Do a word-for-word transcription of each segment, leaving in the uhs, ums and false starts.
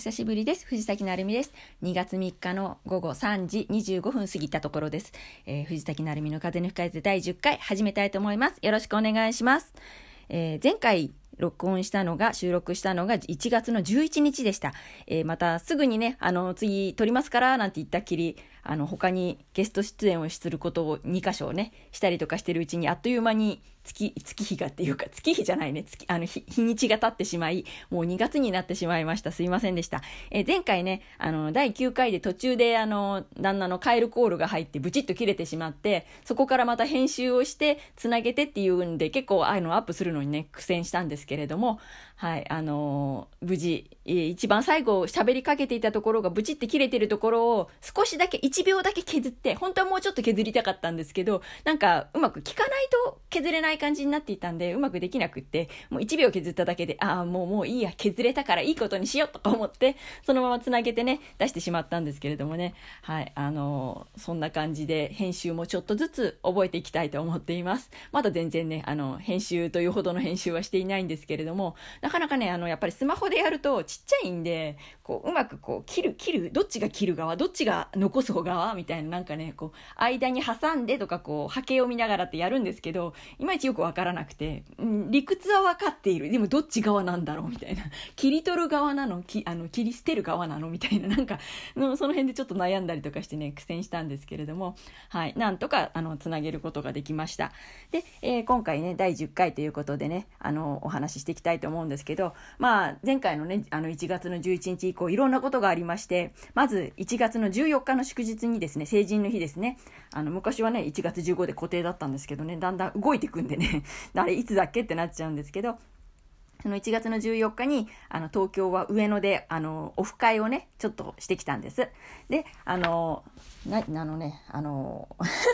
久しぶりです。藤崎なるみです。にがつみっかのごごさんじにじゅうごふん過ぎたところです。えー、藤崎なるみの風の吹かれてだいじゅっかい始めたいと思います。よろしくお願いします。えー、前回録音したのが収録したのがいちがつのじゅういちにちでした。えー、またすぐにねあの次撮りますからなんて言ったっきりあの他にゲスト出演をすることをにかしょねしたりとかしてるうちにあっという間に月月日がっていうか月日じゃないね月あの 日, 日にちが経ってしまいもうにがつになってしまいました。すいませんでした。えー、前回ねあのだいきゅうかいで途中であの旦那のカエルコールが入ってブチッと切れてしまってそこからまた編集をしてつなげてっていうんで結構あのアップするのにね苦戦したんですけれどもはいあのー、無事、えー、一番最後喋りかけていたところがブチって切れてるところを少しだけいちびょうだけ削って本当はもうちょっと削りたかったんですけどなんかうまく聞かないと削れない感じになっていたんでうまくできなくってもういちびょう削っただけでああもうもういいや削れたからいいことにしようとか思ってそのままつなげてね出してしまったんですけれどもねはいあのー、そんな感じで編集もちょっとずつ覚えていきたいと思っています。まだ全然ねあの編集というほどの編集はしていないんですけれどもなかなかねあのやっぱりスマホでやるとちっちゃいんでこううまくこう切る切るどっちが切る側どっちが残す側みたいななんかねこう間に挟んでとかこう波形を見ながらってやるんですけどいまいちよくわからなくて、うん、理屈は分かっているでもどっち側なんだろうみたいな切り取る側なのきあの切り捨てる側なのみたいななんかのその辺でちょっと悩んだりとかしてね苦戦したんですけれどもはいなんとかあのつなげることができました。で、えー、今回ねだいじゅっかいということでねあのお話ししていきたいと思うんですけどまあ前回のねあのいちがつのじゅういちにち以降いろんなことがありましてまずいちがつのじゅうよっかの祝日にですね成人の日ですねあの昔はねいちがつじゅうごで固定だったんですけどねだんだん動いていくんでねあれいつだっけってなっちゃうんですけどそのいちがつのじゅうよっかにあの東京は上野であのオフ会をねちょっとしてきたんです。であのなあのねあの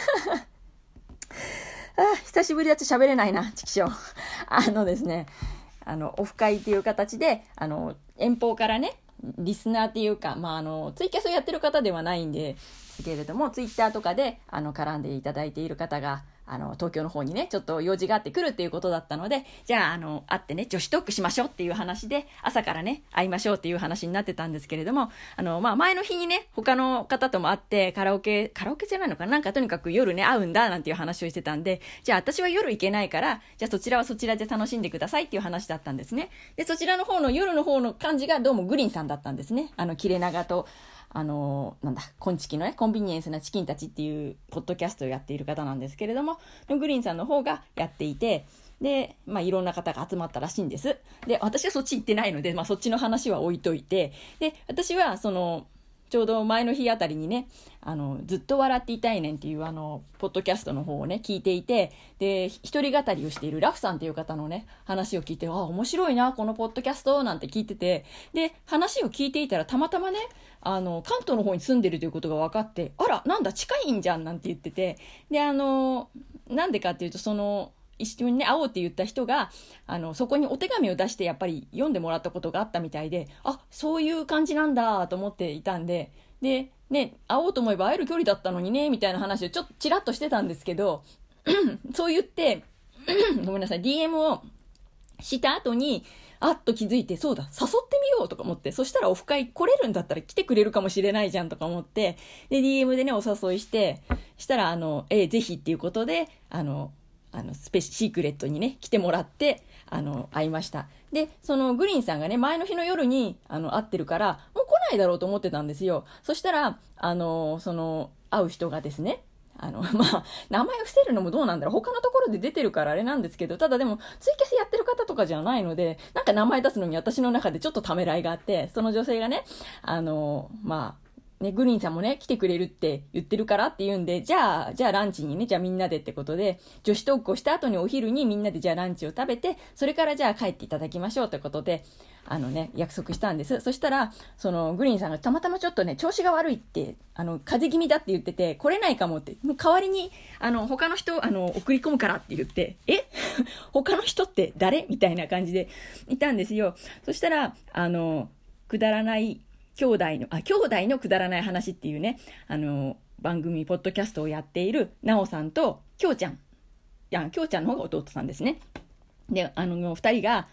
あ久しぶりだと喋れないなちくしょうあのですねあのオフ会っていう形であの遠方からねリスナーっていうか、まあ、あのツイキャスをやってる方ではないんですけれどもツイッターとかであの絡んでいただいている方があの東京の方にねちょっと用事があってくるっていうことだったのでじゃあ、あの会ってね女子トークしましょうっていう話で朝からね会いましょうっていう話になってたんですけれどもあの、まあ、前の日にね他の方とも会ってカラオケカラオケじゃないのかななんかとにかく夜ね会うんだなんていう話をしてたんでじゃあ私は夜行けないからじゃあそちらはそちらで楽しんでくださいっていう話だったんですね。でそちらの方の夜の方の感じがどうもグリーンさんだったんですね。あの切れ長とあのなんだコンチキのねコンビニエンスなチキンたちっていうポッドキャストをやっている方なんですけれどもグリーンさんの方がやっていてで、まあ、いろんな方が集まったらしいんです。で私はそっち行ってないので、まあ、そっちの話は置いといてで私はそのちょうど前の日あたりにねあのずっと笑っていたいねんっていうあのポッドキャストの方をね聞いていてで一人語りをしているラフさんっていう方のね話を聞いてあ面白いなこのポッドキャストなんて聞いててで話を聞いていたらたまたまねあの関東の方に住んでるということが分かってあらなんだ近いんじゃんなんて言っててであのなんでかっていうとその一緒にね会おうって言った人があのそこにお手紙を出してやっぱり読んでもらったことがあったみたいであそういう感じなんだと思っていたんででね会おうと思えば会える距離だったのにねみたいな話をちょっとちらっとしてたんですけどそう言ってごめんなさい ディーエム をした後にあっと気づいてそうだ誘ってみようとか思ってそしたらオフ会来れるんだったら来てくれるかもしれないじゃんとか思ってで ディーエム でねお誘いしてしたらあのえー、ぜひっていうことであのあのスペシシークレットにね来てもらってあの会いました。でそのグリーンさんがね前の日の夜にあの会ってるからもう来ないだろうと思ってたんですよ。そしたらあのその会う人がですねあのまあ名前を伏せるのもどうなんだろう他のところで出てるからあれなんですけどただでもツイキャスやってる方とかじゃないのでなんか名前出すのに私の中でちょっとためらいがあってその女性がねあのまあね、グリーンさんもね来てくれるって言ってるからって言うんでじゃあじゃあランチにねじゃあみんなでってことで女子トークをした後にお昼にみんなでじゃあランチを食べてそれからじゃあ帰っていただきましょうということであのね約束したんです。そしたらそのグリーンさんがたまたまちょっとね調子が悪いってあの風邪気味だって言ってて来れないかもって代わりにあの他の人あの送り込むからって言ってえ他の人って誰みたいな感じでいたんですよ。そしたらあのくだらない兄弟の、あ、兄弟のくだらない話っていうね、あの、番組、ポッドキャストをやっている、なおさんと、きょうちゃん。いや、きょうちゃんの方が弟さんですね。で、あの、二人が、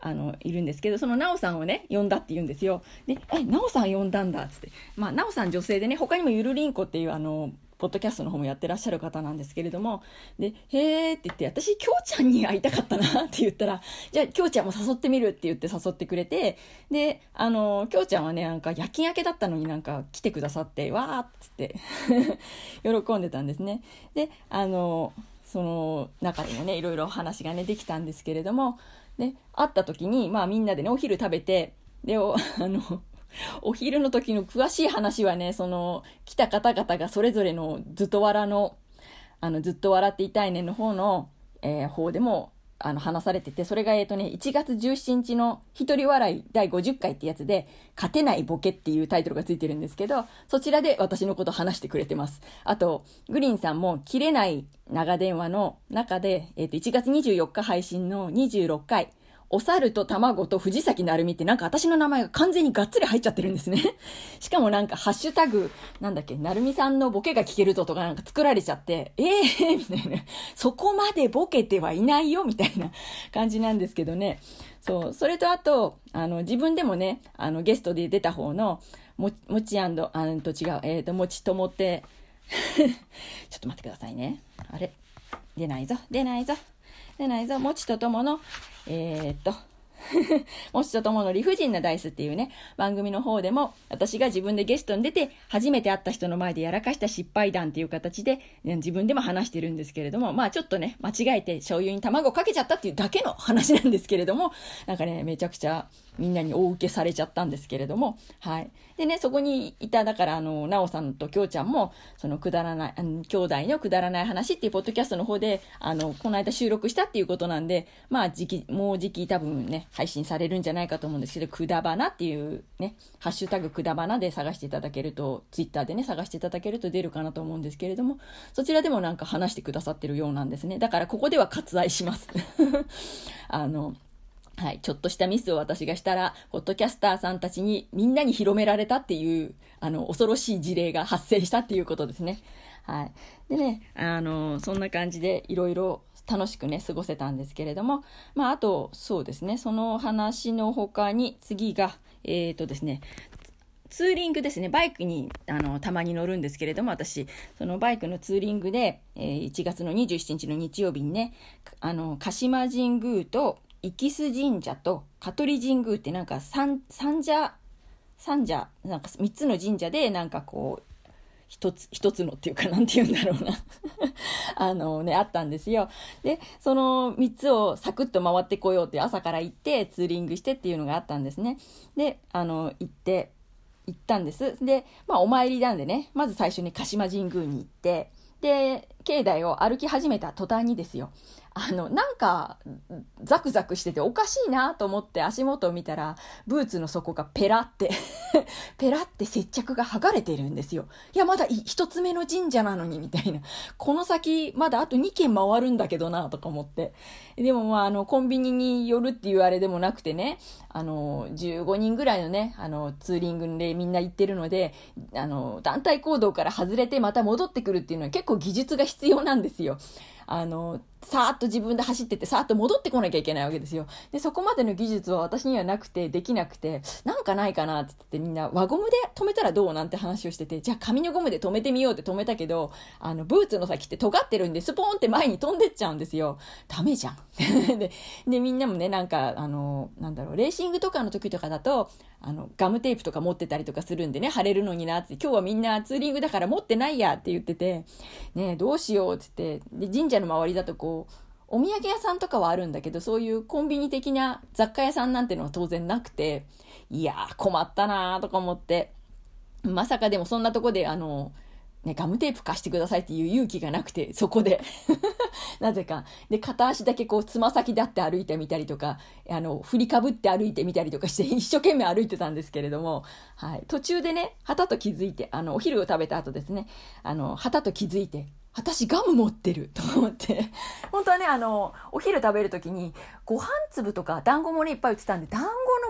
あのいるんですけど、そのなおさんをね呼んだって言うんですよ。で、え、なおさん呼んだんだっつって、まあなおさん女性でね、他にもゆるりんこっていうあのポッドキャストの方もやってらっしゃる方なんですけれども、で、へーって言って、私きょうちゃんに会いたかったなって言ったら、じゃあきょうちゃんも誘ってみるって言って誘ってくれて、で、あのきょうちゃんはね、なんか夜勤明けだったのになんか来てくださって、わーっつって喜んでたんですね。で、あのその中でもねいろいろ話がねできたんですけれども、で会った時に、まあ、みんなでねお昼食べて、でおあのお昼の時の詳しい話はね、その来た方々がそれぞれのずっとわらのあのずっと笑っていたいねの方の、えー、方でもあの話されてて、それがえっとねいちがつじゅうしちにちの一人笑いだいごじゅっかいってやつで、勝てないボケっていうタイトルがついてるんですけど、そちらで私のことを話してくれてます。あとグリーンさんも切れない長電話の中で、えっといちがつにじゅうよっか配信のにじゅうろっかい、お猿と卵と藤崎なるみって、なんか私の名前が完全にがっつり入っちゃってるんですね。しかもなんかハッシュタグなんだっけ、なるみさんのボケが聞けるととかなんか作られちゃって、えーみたいな、そこまでボケてはいないよみたいな感じなんですけどね。そう、それとあとあの自分でもね、あのゲストで出た方のももちあんと違う、えっともちともってちょっと待ってくださいね。あれ出ないぞ出ないぞ出ないぞもちととものえー、っともちとともの理不尽なダイスっていうね番組の方でも、私が自分でゲストに出て初めて会った人の前でやらかした失敗談っていう形で自分でも話してるんですけれども、まあちょっとね間違えて醤油に卵かけちゃったっていうだけの話なんですけれども、なんかねめちゃくちゃみんなに大受けされちゃったんですけれども、はい。でね、そこにいただからあのなおさんときょうちゃんもそのくだらないあの兄弟のくだらない話っていうポッドキャストの方であのこの間収録したっていうことなんで、まあ時期もう時期多分ね配信されるんじゃないかと思うんですけど、くだばなっていうねハッシュタグくだばなで探していただけると、ツイッターでね探していただけると出るかなと思うんですけれども、そちらでもなんか話してくださってるようなんですね。だからここでは割愛しますあのはい、ちょっとしたミスを私がしたら、ポッドキャスターさんたちにみんなに広められたっていう、あの、恐ろしい事例が発生したっていうことですね。はい。でね、あの、そんな感じでいろいろ楽しくね、過ごせたんですけれども、まあ、あと、そうですね、その話の他に次が、えーとですね、ツーリングですね。バイクにあのたまに乗るんですけれども、私そのバイクのツーリングで、えー、いちがつのにじゅうしちにちの日曜日にね、あの鹿島神宮と生須神社と香取神宮ってなんか三三社三社なんかみっつの神社でなんかこう一つ一つのっていうかなんて言うんだろうなあのねあったんですよ。でそのみっつをサクッと回ってこようって朝から行ってツーリングしてっていうのがあったんですね。であの行って行ったんです。で、まあお参りなんでね、まず最初に鹿島神宮に行って、で、境内を歩き始めた途端にですよ、あの、なんか、ザクザクしてておかしいなと思って足元を見たら、ブーツの底がペラって、ペラって接着が剥がれてるんですよ。いや、まだ一つ目の神社なのに、みたいな。この先、まだあとにけん回るんだけどな、とか思って。でも、まあ、あの、コンビニに寄るっていうあれでもなくてね、あの、じゅうごにんぐらいのね、あの、ツーリングでみんな行ってるので、あの、団体行動から外れてまた戻ってくるっていうのは結構技術が必要なんですよ。あの、さーっと自分で走ってってさーっと戻ってこなきゃいけないわけですよ。で、そこまでの技術は私にはなくてできなくて、なんかないかなって言ってみんな輪ゴムで止めたらどうなんて話をしてて、じゃあ紙のゴムで止めてみようって止めたけど、あの、ブーツの先って尖ってるんでスポーンって前に飛んでっちゃうんですよ。ダメじゃん。で、で、みんなもね、なんか、あの、なんだろう、レーシングとかの時とかだと、あの、ガムテープとか持ってたりとかするんでね、貼れるのになって、今日はみんなツーリングだから持ってないやって言ってて、ねえ、どうしようって言って、で、神社の周りだとこう、お土産屋さんとかはあるんだけど、そういうコンビニ的な雑貨屋さんなんてのは当然なくて、いやー困ったなーとか思って、まさかでもそんなとこであの、ね、ガムテープ貸してくださいっていう勇気がなくて、そこでなぜかで片足だけこうつま先だって歩いてみたりとか、あの振りかぶって歩いてみたりとかして一生懸命歩いてたんですけれども、はい、途中でねはたと気づいて、あのお昼を食べた後ですね、あのはたと気づいて、私ガム持ってると思って本当はね、あのお昼食べる時にご飯粒とか団子もねいっぱい売ってたんで、団子の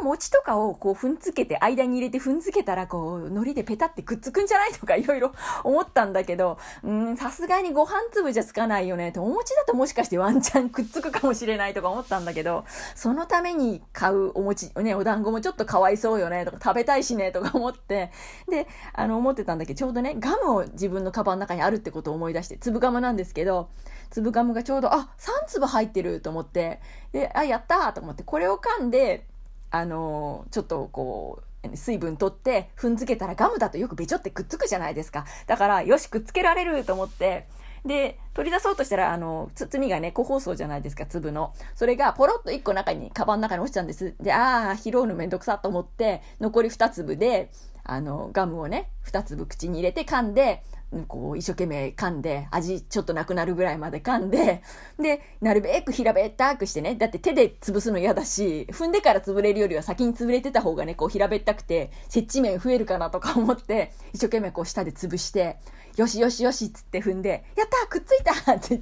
餅とかをこう踏んづけて、間に入れて踏んづけたら、こう、海苔でペタってくっつくんじゃないとかいろいろ思ったんだけど、うーん、さすがにご飯粒じゃつかないよね。お餅だともしかしてワンチャンくっつくかもしれないとか思ったんだけど、そのために買うお餅、ね、お団子もちょっとかわいそうよねとか、食べたいしねとか思って、で、あの、思ってたんだけど、ちょうどね、ガムを自分のカバンの中にあるってことを思い出して、粒ガムなんですけど、粒ガムがちょうど、あ、さん粒入ってると思って、で、あ、やったーと思って、これを噛んで、あのー、ちょっとこう、水分取って踏んづけたらガムだとよくべちょってくっつくじゃないですか。だから、よし、くっつけられると思って、で、取り出そうとしたら、あの、包みがね、個包装じゃないですか、粒の。それがポロッといっこ中に、カバンの中に落ちたんです。で、あー、拾うのめんどくさと思って、残りに粒で、あの、ガムをね、に粒口に入れて噛んで、こう、一生懸命噛んで、味ちょっとなくなるぐらいまで噛んで、で、なるべく平べったくしてね、だって手で潰すの嫌だし、踏んでから潰れるよりは先に潰れてた方がね、こう平べったくて、接地面増えるかなとか思って、一生懸命こう舌で潰して、よしよしよしっつって踏んで、やったーくっついたって言って、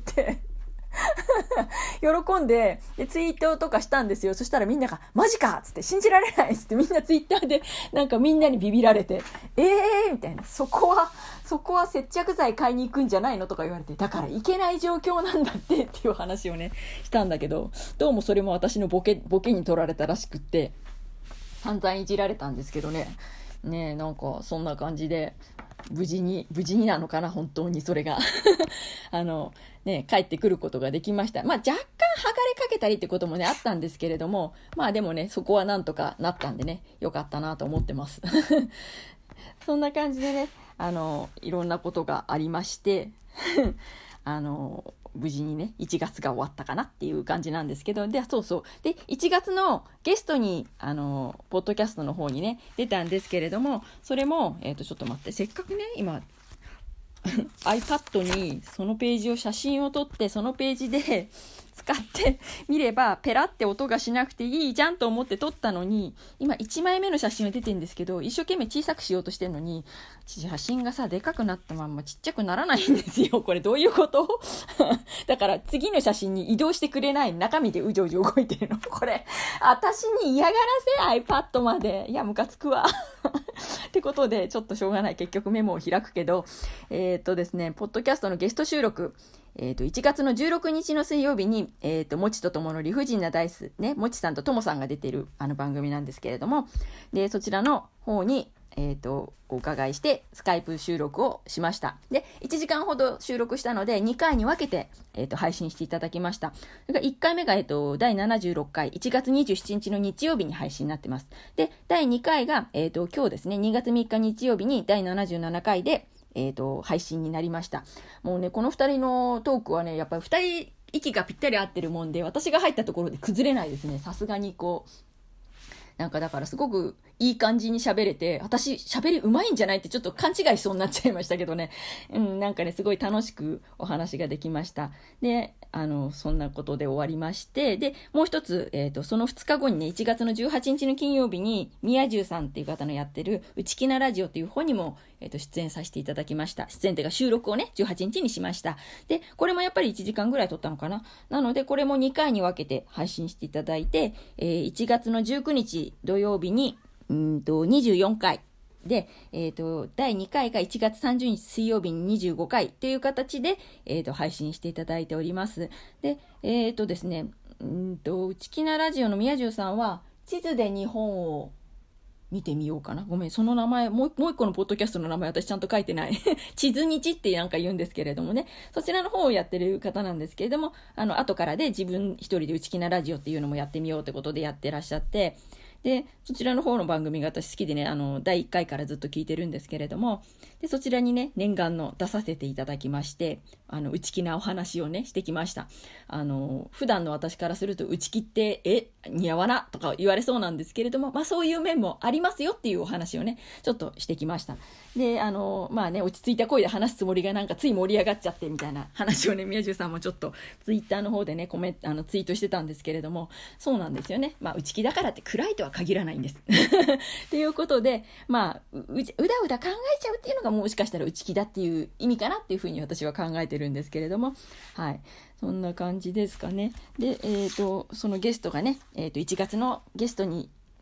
喜んででツイートとかしたんですよ。そしたらみんながマジかっつって、信じられないっつって、みんなツイッターでなんかみんなにビビられて、えーみたいな、そこはそこは接着剤買いに行くんじゃないのとか言われて、だから行けない状況なんだってっていう話をねしたんだけど、どうもそれも私のボケボケに取られたらしくって、散々いじられたんですけどね。ねえ、なんかそんな感じで無事に無事になのかな、本当にそれがあのね、帰ってくることができました。まあ若干剥がれかけたりってこともねあったんですけれども、まあでもね、そこはなんとかなったんでね、よかったなと思ってますそんな感じでね、あのいろんなことがありましてあの無事にねいちがつが終わったかなっていう感じなんですけど、で、そうそうでいちがつのゲストにあのポッドキャストの方にね出たんですけれども、それもえっとちょっと待って、せっかくね今iPad にそのページを写真を撮って、そのページで使ってみればペラって音がしなくていいじゃんと思って撮ったのに、今いちまいめの写真が出てるんですけど、一生懸命小さくしようとしてるのに写真がさでかくなったまんまちっちゃくならないんですよ。これどういうことだから次の写真に移動してくれない、中身でうじょうじょ動いてるのこれ私に嫌がらせ iPad まで、いやムカつくわってことでちょっとしょうがない、結局メモを開くけど、えー、っとですねポッドキャストのゲスト収録、えー、といちがつのじゅうろくにちの水曜日に、えー、ともちとともの理不尽なダイス、ね、もちさんとともさんが出てるあの番組なんですけれども、でそちらの方に、えー、とお伺いしてスカイプ収録をしました。でいちじかんほど収録したのでにかいに分けて、えー、と配信していただきました。それからいっかいめが、えー、とだいななじゅうろっかいいちがつにじゅうしちにちの日曜日に配信になってます。でだいにかいが、えー、と今日ですねにがつみっか日曜日にだいななじゅうななかいでえーと、配信になりました。もうね、この二人のトークはね、やっぱり二人息がぴったり合ってるもんで、私が入ったところで崩れないですね。さすがにこう、なんかだからすごくいい感じに喋れて、私喋りうまいんじゃないってちょっと勘違いしそうになっちゃいましたけどね。うん、なんかね、すごい楽しくお話ができました。で、あの、そんなことで終わりまして、で、もう一つ、えっと、そのふつかごにね、いちがつのじゅうはちにちの金曜日に、宮中さんっていう方のやってる、内気なラジオっていう方にも、えっと、出演させていただきました。出演っていうか収録をね、じゅうはちにちにしました。で、これもやっぱりいちじかんぐらい撮ったのかな。なので、これもにかいに分けて配信していただいて、えー、いちがつのじゅうくにち土曜日に、うんと、にじゅうよんかい。で、えっと、だいにかいがいちがつさんじゅうにち水曜日ににじゅうごかいという形で、えっと、配信していただいております。で、えっとですね、うんと、内気なラジオの宮中さんは、地図で日本を見てみようかな。ごめん、その名前、もう、もう一個のポッドキャストの名前私ちゃんと書いてない。地図日ってなんか言うんですけれどもね。そちらの方をやってる方なんですけれども、あの、後からで自分一人で内気なラジオっていうのもやってみようってことでやってらっしゃって、で、そちらの方の番組が私好きでね、あの、だいいっかいからずっと聞いてるんですけれども、で、そちらにね、念願の出させていただきまして、あの、内気なお話をね、してきました。あの、普段の私からすると、内気って、え、似合わなとか言われそうなんですけれども、まあそういう面もありますよっていうお話をね、ちょっとしてきました。で、あの、まあね、落ち着いた声で話すつもりがなんかつい盛り上がっちゃってみたいな話をね、宮中さんもちょっとツイッターの方でね、コメント、あの、ツイートしてたんですけれども、そうなんですよね。まあ内気だからって暗いとは限らないんです。ということで、まあ、う、うだうだ考えちゃうっていうのがもしかしたら内気だっていう意味かなっていうふうに私は考えてるんですけれども、はい。そんな感じですかね。で、えっと、そのゲストがね、えっと、いちがつのゲストに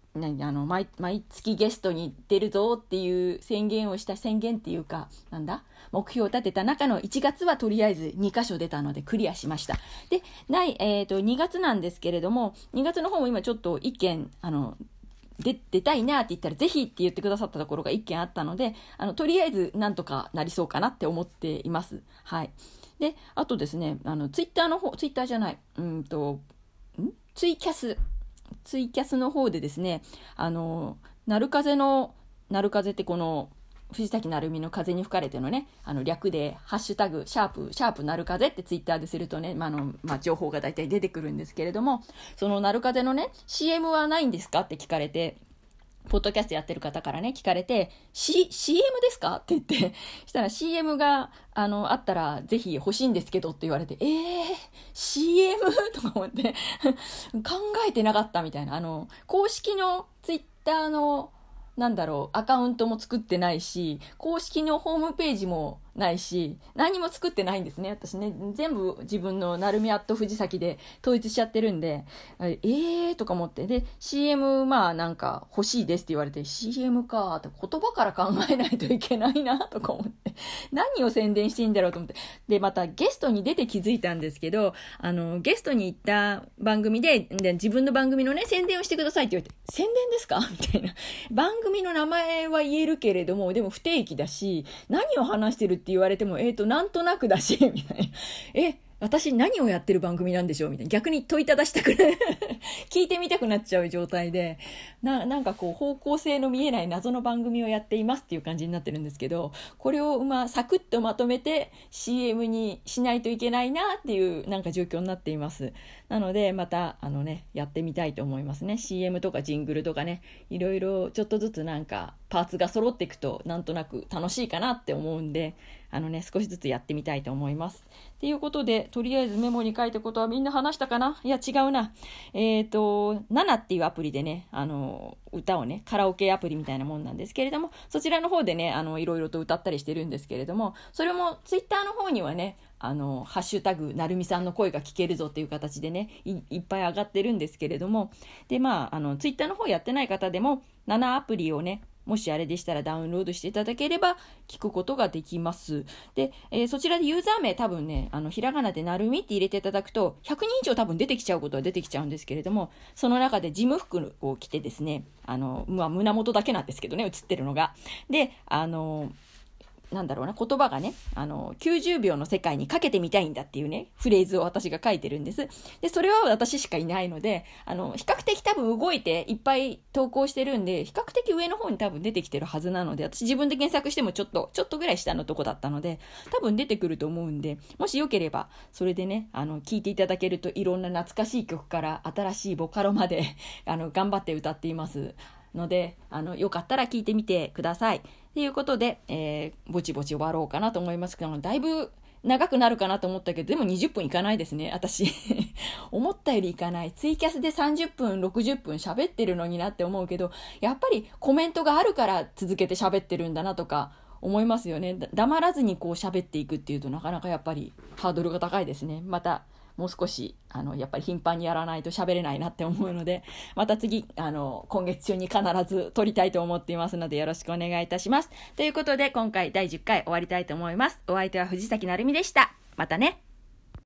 何あの 毎, 毎月ゲストに出るぞっていう宣言をした宣言っていうかなんだ目標を立てた中のいちがつはとりあえずにかしょ出たのでクリアしました。でない、えー、とにがつなんですけれども、にがつの方も今ちょっといっけんあので出たいなって言ったらぜひって言ってくださったところがいっけんあったので、あのとりあえずなんとかなりそうかなって思っています。はい。であとですね、あのツイッターの方ツイッターじゃないうんとんツイキャスツイキャスの方でですね、あのなる風のなる風ってこの藤崎鳴海の風に吹かれてのね、あの略でハッシュタグシャープシャープなる風ってツイッターでするとね、まあのまあ、情報が大体出てくるんですけれども、そのなる風のね シーエム はないんですかって聞かれて、ポッドキャストやってる方からね聞かれて、C、シーエム ですかって言ってしたら シーエム があのあったらぜひ欲しいんですけどって言われて、えー シーエム とか思って考えてなかったみたいな、あの公式のツイッターのなんだろうアカウントも作ってないし、公式のホームページもないし、何も作ってないんですね。私ね全部自分のなるみアット藤崎で統一しちゃってるんで、えーとか思って、で シーエム まあなんか欲しいですって言われて シーエム かって言葉から考えないといけないなとか思って何を宣伝していいんだろうと思って、でまたゲストに出て気づいたんですけど、あのゲストに行った番組 で, で自分の番組のね宣伝をしてくださいって言われて、宣伝ですかみたいな、番組の名前は言えるけれどもでも不定期だし、何を話してるって言われてもえーとなんとなくだしみたいな、え私何をやってる番組なんでしょうみたいな、逆に問いただしたくない聞いてみたくなっちゃう状態で、な, なんかこう方向性の見えない謎の番組をやっていますっていう感じになってるんですけど、これをまあサクッとまとめて シーエム にしないといけないなっていうなんか状況になっています。なのでまたあのねやってみたいと思いますね。 シーエム とかジングルとかね、いろいろちょっとずつなんかパーツが揃っていくとなんとなく楽しいかなって思うんで、あのね少しずつやってみたいと思います。ということでとりあえずメモに書いたことはみんな話したかな。いや違うな、えっとナナっていうアプリでね、あの歌をねカラオケアプリみたいなもんなんですけれども、そちらの方でねあのいろいろと歌ったりしてるんですけれども、それもツイッターの方にはねあのハッシュタグなるみさんの声が聞けるぞっていう形でね い, いっぱい上がってるんですけれども、でまああのツイッターの方やってない方でもナナアプリをねもしあれでしたらダウンロードしていただければ聞くことができます。で、えー、そちらでユーザー名多分ねあのひらがなでなるみって入れていただくとひゃくにん以上多分出てきちゃうことは出てきちゃうんですけれども、その中で事務服を着てですね、あの、まあ、胸元だけなんですけどね映ってるのが、であのなんだろうな言葉がねあのきゅうじゅうびょうの世界にかけてみたいんだっていうねフレーズを私が書いてるんです。でそれは私しかいないので、あの比較的多分動いていっぱい投稿してるんで比較的上の方に多分出てきてるはずなので、私自分で検索してもちょっとちょっとぐらい下のとこだったので多分出てくると思うんで、もしよければそれでねあの聞いていただけると、いろんな懐かしい曲から新しいボカロまであの頑張って歌っていますので、あのよかったら聞いてみてくださいということで、えー、ぼちぼち終わろうかなと思いますけど、だいぶ長くなるかなと思ったけどでもにじゅっぷんいかないですね私思ったよりいかない。ツイキャスでさんじゅっぷんろくじゅっぷん喋ってるのになって思うけど、やっぱりコメントがあるから続けて喋ってるんだなとか思いますよね。だ黙らずにこう喋っていくっていうとなかなかやっぱりハードルが高いですね。またもう少しあのやっぱり頻繁にやらないと喋れないなって思うので、また次あの今月中に必ず撮りたいと思っていますのでよろしくお願いいたします。ということで今回だいじゅっかい終わりたいと思います。お相手は藤崎なるみでした。またね。